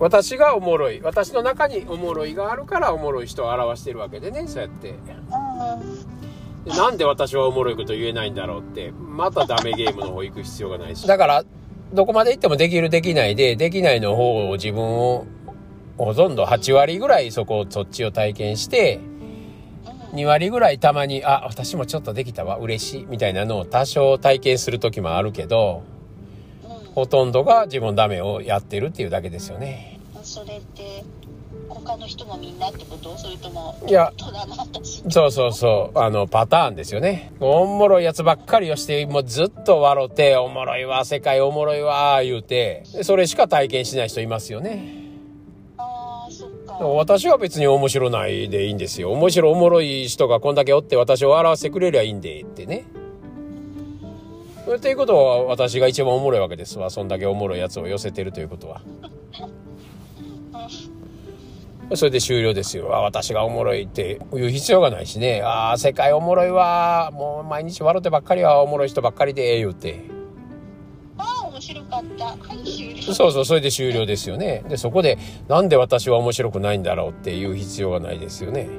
私がおもろい、私の中におもろいがあるからおもろい人を表してるわけでね、そうやって。でなんで私はおもろいこと言えないんだろうって、またダメゲームの方行く必要がないし。だから、どこまで行ってもできるできないで、できないの方を自分を、ほとんど8割ぐらいそっちを体験して、2割ぐらいたまに、あ、私もちょっとできたわ、嬉しい、みたいなのを多少体験する時もあるけど、ほとんどが自分ダメをやってるっていうだけですよね。 それって他の人もみんなってこと？それともいや、 大人の私？ そうパターンですよね。おもろいやつばっかりをして、もうずっと笑っておもろいわ、世界おもろいわ言うて、それしか体験しない人いますよね。 ああ、そっか。 私は別に面白ないでいいんですよ。おもろい人がこんだけおって私を笑わせてくれりゃいいんでってね。っていうことは私が一番おもろいわけですわ。そんだけおもろいやつを寄せてるということは。それで終了ですよ。私がおもろいって言う必要がないしね。世界おもろいわ。もう毎日笑ってばっかりはおもろい人ばっかりで言うて。 面白かった。はい、終了。 そう、それで終了ですよね。で、そこでなんで私は面白くないんだろうっていう必要がないですよね。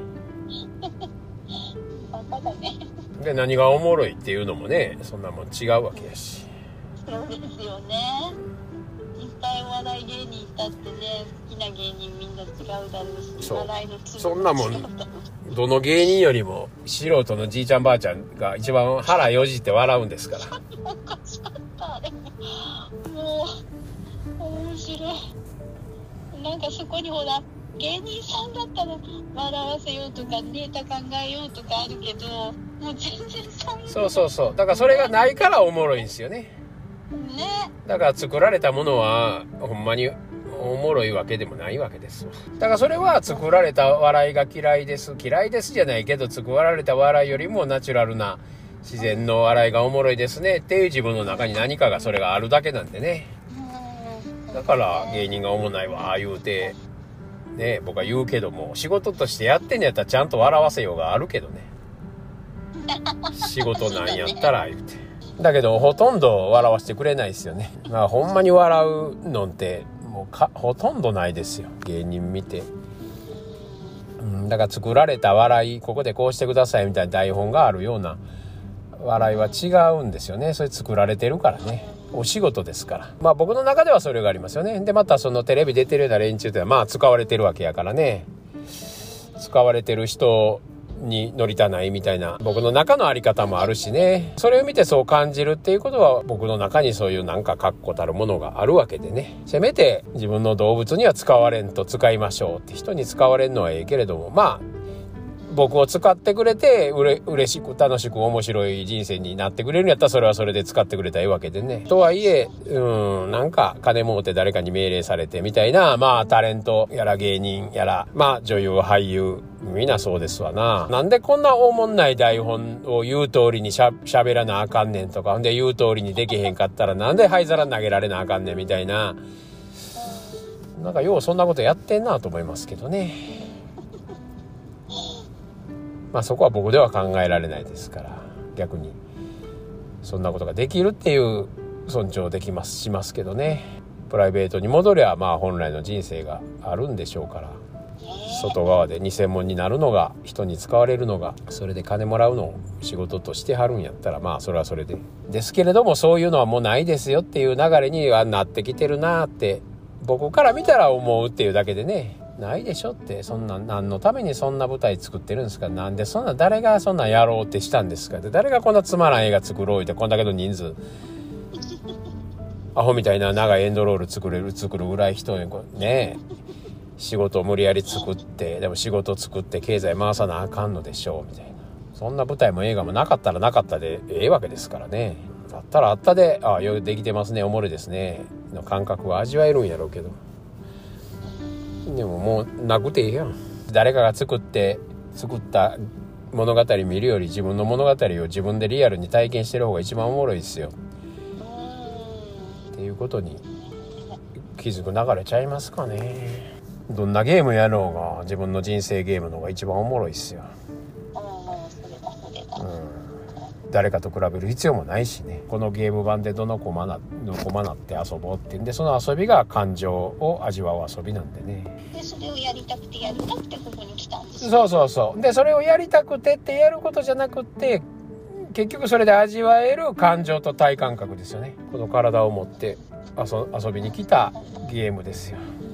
バカだね。 で、何がおもろいっていうのもね、そんなもん違うわけやし。 そうですよね。いっぱいお笑い芸人いたってね、好きな芸人みんな違うだろうし、笑いのツボも違うだろうし。 どの芸人よりも素人のじいちゃんばあちゃんが一番腹よじって笑うんですから。 おかしかったあれもう面白い。なんかそこにほら芸人さんだったら笑わせようとかネタ考えようとかあるけど、もう全然そうだからそれがないからおもろいんですよね。 ね。 だから作られたものはほんまにおもろいわけでもないわけですわ。だからそれは作られた笑いが嫌いですじゃないけど、作られた笑いよりもナチュラルな自然の笑いがおもろいですねっていう自分の中に何かがそれがあるだけなんでね。だから芸人がおもんないわ言うてね、僕は言うけども、仕事としてやってんやったらちゃんと笑わせようがあるけどね。仕事なんやったら言うて。だけどほとんど笑わせてくれないですよね。ほんまに笑うのってもうほとんどないですよ、芸人見て。だから作られた笑い、ここでこうしてくださいみたいな台本があるような笑いは違うんですよね。それ作られてるからね。お仕事ですから。僕の中ではそれがありますよね。でまたそのテレビ出てるような連中って使われてるわけやからね。使われてる人に乗りたないみたいな僕の中のあり方もあるしね。それを見てそう感じるっていうことは僕の中にそういうなんか確固たるものがあるわけでね。せめて自分の動物には使われんと使いましょうって、人に使われんのはええけれども、僕を使ってくれて嬉しく楽しく面白い人生になってくれるんやったらそれはそれで使ってくれたらいいわけでね。とはいえなんか金儲って誰かに命令されてみたいなタレントやら芸人やら女優俳優みんなそうですわな。なんでこんなおもんない台本を言う通りに喋らなあかんねんとか、ほんで言う通りにできへんかったらなんで灰皿投げられなあかんねんみたいな、なんかようそんなことやってんなと思いますけどね。そこは僕では考えられないですから、逆にそんなことができるっていう尊重しますけどね。プライベートに戻りゃ本来の人生があるんでしょうから、外側で偽物になるのが、人に使われるのが、それで金もらうのを仕事としてはるんやったらそれはそれでですけれども、そういうのはもうないですよっていう流れにはなってきてるなって僕から見たら思うっていうだけでね。ないでしょって。そんな何のためにそんな舞台作ってるんですか。なんでそんな、誰がそんなやろうってしたんですか。で誰がこんなつまらん映画作ろうって、こんだけの人数アホみたいな長いエンドロール作るぐらい人にね、仕事を無理やり作って、でも仕事作って経済回さなあかんのでしょうみたいな。そんな舞台も映画もなかったらなかったでええわけですからね。あったらあったで、よくできてますね、おもろいですねの感覚は味わえるんやろうけど、でももうなくていいやん。誰かが作った物語見るより自分の物語を自分でリアルに体験してる方が一番おもろいですよっていうことに気づく流れちゃいますかね。どんなゲームやろうが自分の人生ゲームの方が一番おもろいっすよ。 誰かと比べる必要もないしね、このゲーム版でどのコマなって遊ぼうっていうんで、その遊びが感情を味わう遊びなんでね。 でそれをやりたくてここに来たんです。 そうで、それをやりたくてってやることじゃなくって結局それで味わえる感情と体感覚ですよね。この体を持って遊びに来たゲームですよ。